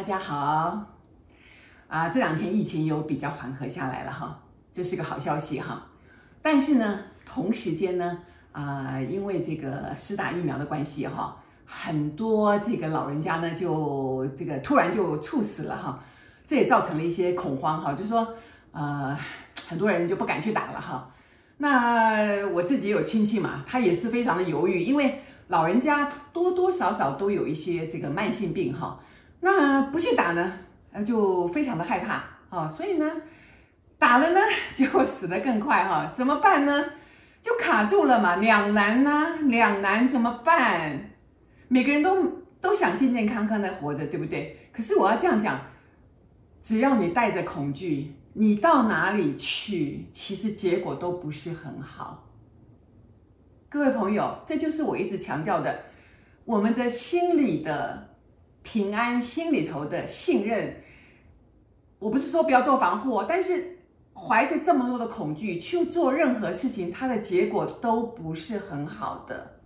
大家好这两天疫情有比较缓和下来了哈，这是个好消息哈。但是呢，同时间呢，因为这个施打疫苗的关系哈，很多这个老人家呢就这个突然就猝死了哈，这也造成了一些恐慌哈，就是说很多人就不敢去打了哈。那我自己有亲戚嘛，他也是非常的犹豫，因为老人家多多少少都有一些这个慢性病哈，那不去打呢，就非常的害怕啊，所以呢，打了呢，结果死得更快哈，怎么办呢？就卡住了嘛，两难怎么办？每个人都想健健康康的活着，对不对？可是我要这样讲，只要你带着恐惧，你到哪里去，其实结果都不是很好。各位朋友，这就是我一直强调的，我们的心里的平安，心里头的信任。我不是说不要做防护，但是怀着这么多的恐惧去做任何事情，它的结果都不是很好的。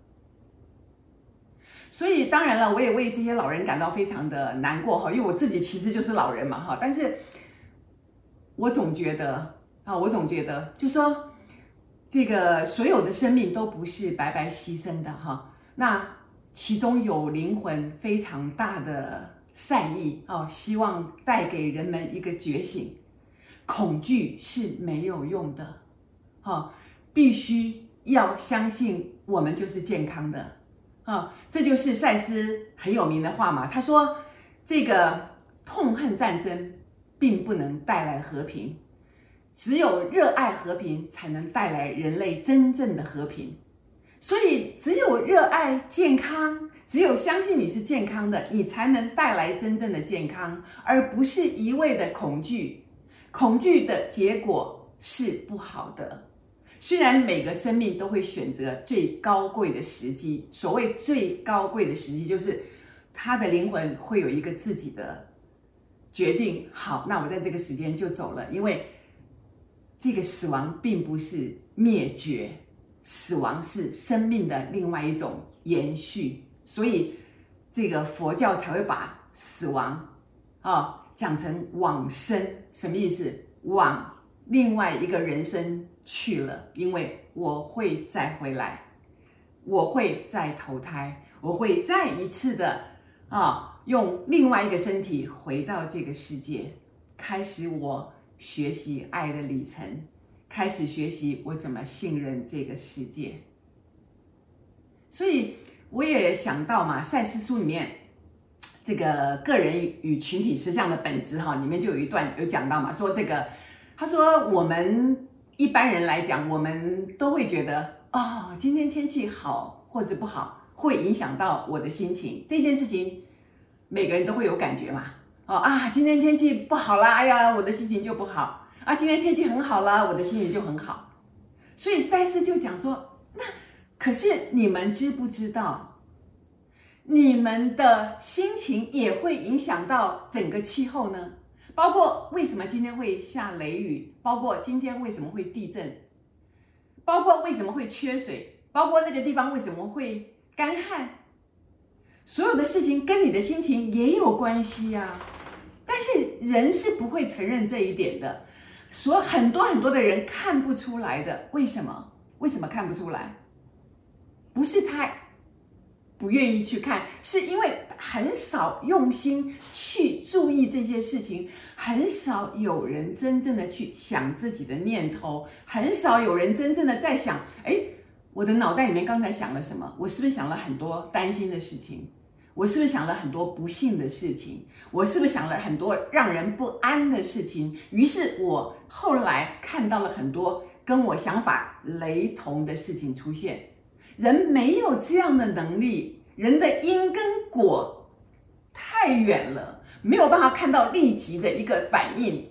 所以当然了，我也为这些老人感到非常的难过哈，因为我自己其实就是老人嘛哈，但是我总觉得就说这个所有的生命都不是白白牺牲的哈，那其中有灵魂非常大的善意希望带给人们一个觉醒，恐惧是没有用的必须要相信我们就是健康的这就是赛斯很有名的话嘛，他说这个痛恨战争并不能带来和平，只有热爱和平才能带来人类真正的和平。所以只有热爱健康，只有相信你是健康的，你才能带来真正的健康，而不是一味的恐惧。恐惧的结果是不好的。虽然每个生命都会选择最高贵的时机，所谓最高贵的时机就是他的灵魂会有一个自己的决定，好，那我在这个时间就走了，因为这个死亡并不是灭绝，死亡是生命的另外一种延续，所以这个佛教才会把死亡讲成往生。什么意思？往另外一个人生去了，因为我会再回来，我会再投胎，我会再一次的用另外一个身体回到这个世界，开始我学习爱的旅程，开始学习我怎么信任这个世界。所以我也想到嘛，赛斯书里面这个个人与群体实相的本质里面就有一段有讲到嘛，说这个他说我们一般人来讲，我们都会觉得今天天气好或者不好会影响到我的心情，这件事情每个人都会有感觉嘛今天天气不好啦，哎呀我的心情就不好今天天气很好啦，我的心情就很好。所以赛斯就讲说，那可是你们知不知道，你们的心情也会影响到整个气候呢？包括为什么今天会下雷雨，包括今天为什么会地震，包括为什么会缺水，包括那个地方为什么会干旱，所有的事情跟你的心情也有关系但是人是不会承认这一点的，所以很多的人看不出来的。为什么看不出来？不是他不愿意去看，是因为很少用心去注意这些事情，很少有人真正的去想自己的念头，很少有人真正的在想我的脑袋里面刚才想了什么，我是不是想了很多担心的事情，我是不是想了很多不幸的事情，我是不是想了很多让人不安的事情。于是我后来看到了很多跟我想法雷同的事情出现。人没有这样的能力，人的因跟果太远了，没有办法看到立即的一个反应。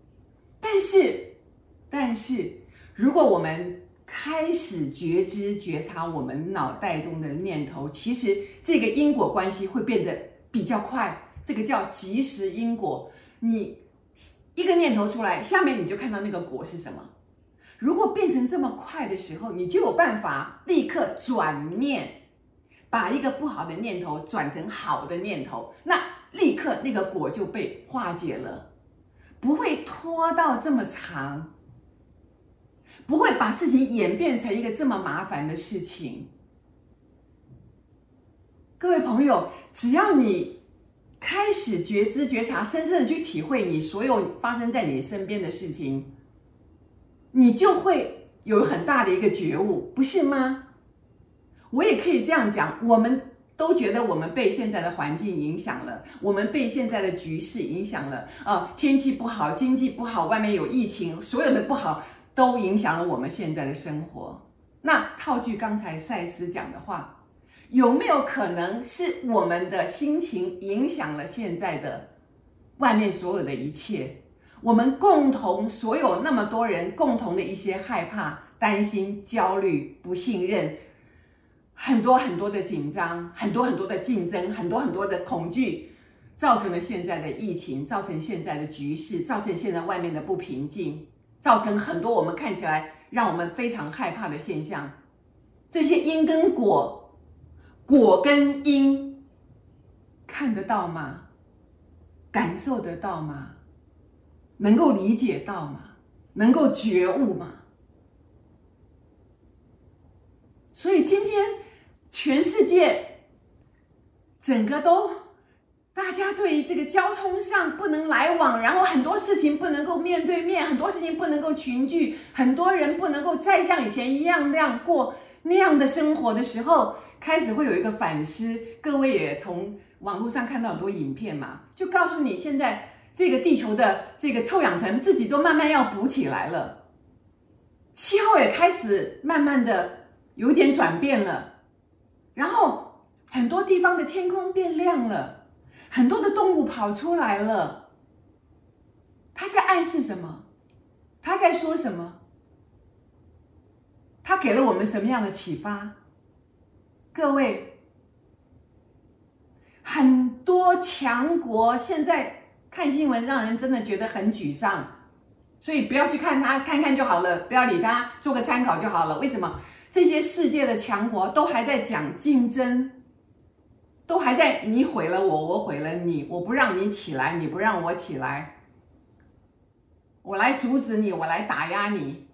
但是如果我们开始觉知觉察我们脑袋中的念头，其实这个因果关系会变得比较快，这个叫即时因果。你一个念头出来，下面你就看到那个果是什么。如果变成这么快的时候，你就有办法立刻转念，把一个不好的念头转成好的念头，那立刻那个果就被化解了，不会拖到这么长，不会把事情演变成一个这么麻烦的事情。各位朋友，只要你开始觉知觉察，深深的去体会你所有发生在你身边的事情，你就会有很大的一个觉悟，不是吗？我也可以这样讲，我们都觉得我们被现在的环境影响了，我们被现在的局势影响了，天气不好，经济不好，外面有疫情，所有的不好都影响了我们现在的生活。那套句刚才赛斯讲的话，有没有可能是我们的心情影响了现在的外面所有的一切？我们共同所有那么多人共同的一些害怕、担心、焦虑、不信任，很多很多的紧张，很多很多的竞争，很多很多的恐惧，造成了现在的疫情，造成现在的局势，造成现在外面的不平静，造成很多我们看起来让我们非常害怕的现象。这些因跟果，果跟因，看得到吗？感受得到吗？能够理解到吗？能够觉悟吗？所以今天全世界整个都大家对于这个交通上不能来往，然后很多事情不能够面对面，很多事情不能够群聚，很多人不能够再像以前一样那样过那样的生活的时候，开始会有一个反思。各位也从网络上看到很多影片嘛，就告诉你现在这个地球的这个臭氧层自己都慢慢要补起来了，气候也开始慢慢的有点转变了，然后很多地方的天空变亮了，很多的动物跑出来了。它在暗示什么？它在说什么？它给了我们什么样的启发？各位，很多强国现在看新闻让人真的觉得很沮丧，所以不要去看它，看看就好了，不要理它，做个参考就好了。为什么？这些世界的强国都还在讲竞争，都还在你毁了我，我毁了你，我不让你起来，你不让我起来，我来阻止你，我来打压你，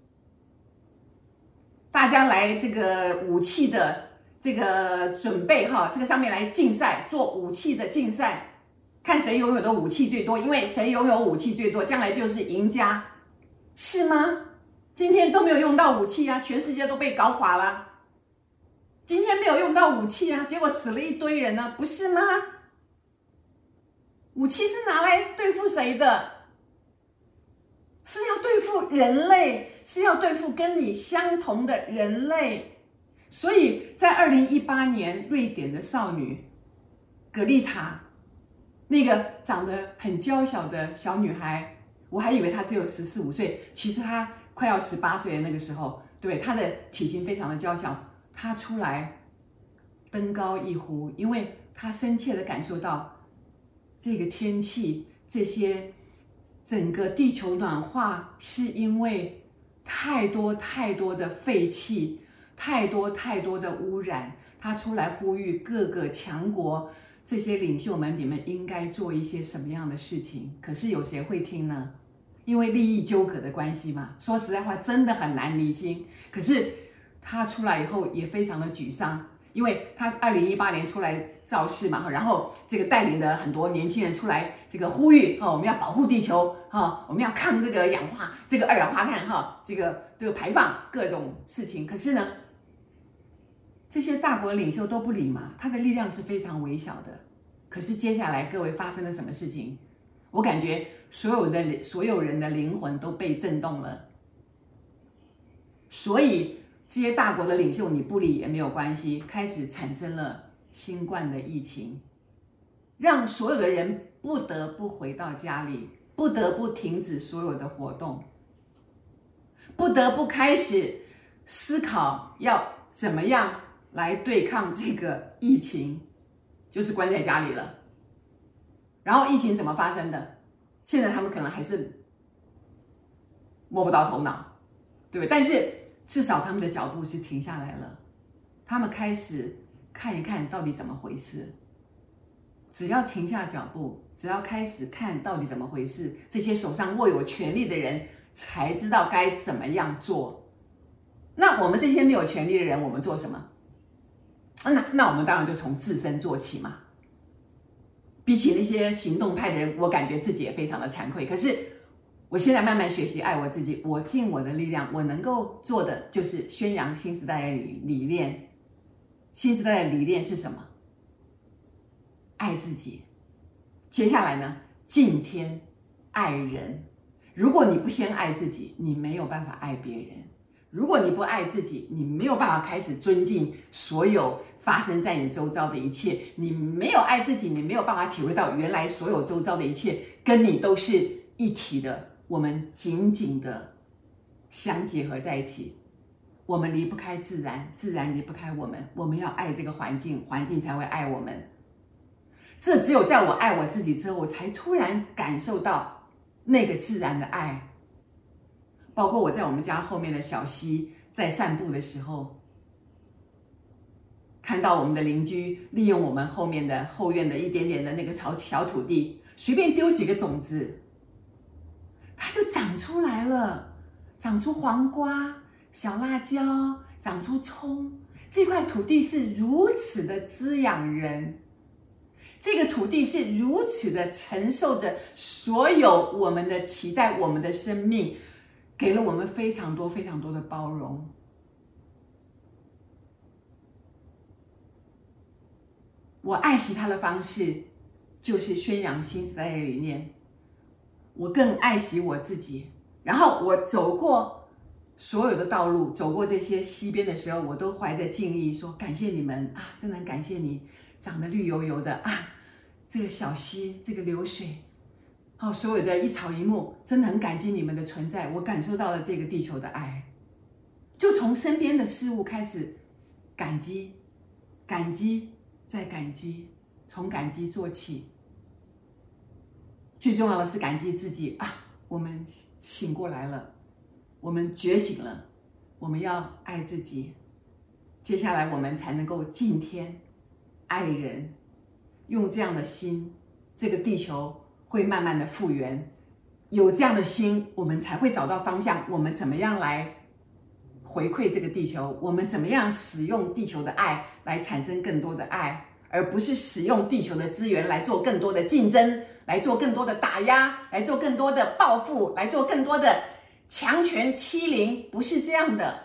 大家来这个武器的这个准备这个上面来竞赛，做武器的竞赛，看谁拥有的武器最多，因为谁拥有武器最多，将来就是赢家，是吗？今天都没有用到武器啊，全世界都被搞垮了。今天没有用到武器啊，结果死了一堆人呢，不是吗？武器是拿来对付谁的？是要对付人类，是要对付跟你相同的人类。所以在2018年，瑞典的少女格丽塔，那个长得很娇小的小女孩，我还以为她只有14、15岁，其实她快要18岁的那个时候，对，她的体型非常的娇小，她出来登高一呼，因为她深切的感受到这个天气，这些整个地球暖化是因为太多太多的废气，太多太多的污染。她出来呼吁各个强国这些领袖们，你们应该做一些什么样的事情？可是有谁会听呢？因为利益纠葛的关系嘛，说实在话真的很难厘清。可是他出来以后也非常的沮丧，因为他2018年出来造势嘛，然后这个带领的很多年轻人出来这个呼吁我们要保护地球我们要抗这个氧化，这个二氧化碳这个排放各种事情。可是呢，这些大国领袖都不理嘛，他的力量是非常微小的。可是接下来各位发生了什么事情？我感觉所有人的灵魂都被震动了。所以这些大国的领袖你不理也没有关系，开始产生了新冠的疫情，让所有的人不得不回到家里，不得不停止所有的活动，不得不开始思考要怎么样来对抗这个疫情，就是关在家里了。然后疫情怎么发生的？现在他们可能还是摸不到头脑，对不对？但是至少他们的脚步是停下来了，他们开始看一看到底怎么回事。 只要停下脚步，只要开始看到底怎么回事，这些手上握有权力的人才知道该怎么样做。那我们这些没有权力的人，我们做什么？那我们当然就从自身做起嘛。比起那些行动派的人，我感觉自己也非常的惭愧。可是我现在慢慢学习爱我自己，我尽我的力量，我能够做的就是宣扬新时代的理念。新时代的理念是什么？爱自己。接下来呢，敬天爱人。如果你不先爱自己，你没有办法爱别人。如果你不爱自己，你没有办法开始尊敬所有发生在你周遭的一切。你没有爱自己，你没有办法体会到原来所有周遭的一切跟你都是一体的，我们紧紧的相结合在一起。我们离不开自然，自然离不开我们。我们要爱这个环境，环境才会爱我们。这只有在我爱我自己之后，我才突然感受到那个自然的爱。包括我在我们家后面的小溪在散步的时候，看到我们的邻居利用我们后面的后院的一点点的那个小土地，随便丢几个种子，它就长出来了，长出黄瓜、小辣椒，长出葱。这块土地是如此的滋养人，这个土地是如此的承受着所有我们的期待，我们的生命，给了我们非常多非常多的包容。我爱惜它的方式就是宣扬新时代的理念，我更爱惜我自己。然后我走过所有的道路，走过这些溪边的时候，我都怀着敬意说，感谢你们啊，真的很感谢你，长得绿油油的啊，这个小溪，这个流水，所有的一草一木，真的很感激你们的存在。我感受到了这个地球的爱，就从身边的事物开始感激，感激再感激，从感激做起。最重要的是感激自己啊，我们醒过来了，我们觉醒了，我们要爱自己。接下来我们才能够敬天爱人，用这样的心，这个地球会慢慢的复原。有这样的心，我们才会找到方向，我们怎么样来回馈这个地球，我们怎么样使用地球的爱来产生更多的爱，而不是使用地球的资源来做更多的竞争，来做更多的打压，来做更多的报复，来做更多的强权欺凌，不是这样的。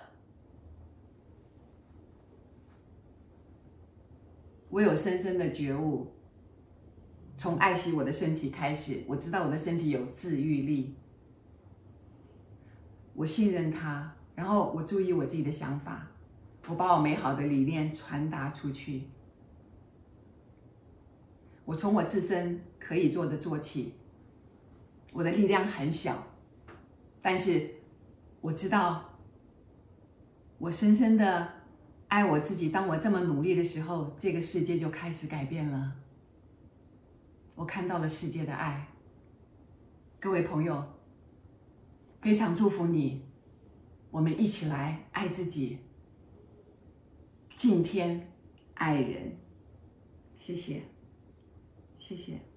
我有深深的觉悟，从爱惜我的身体开始，我知道我的身体有治愈力，我信任它，然后我注意我自己的想法，我把我美好的理念传达出去。我从我自身可以做的做起，我的力量很小，但是我知道，我深深的爱我自己。当我这么努力的时候，这个世界就开始改变了。我看到了世界的爱。各位朋友，非常祝福你，我们一起来爱自己，敬天爱人。谢谢，谢谢。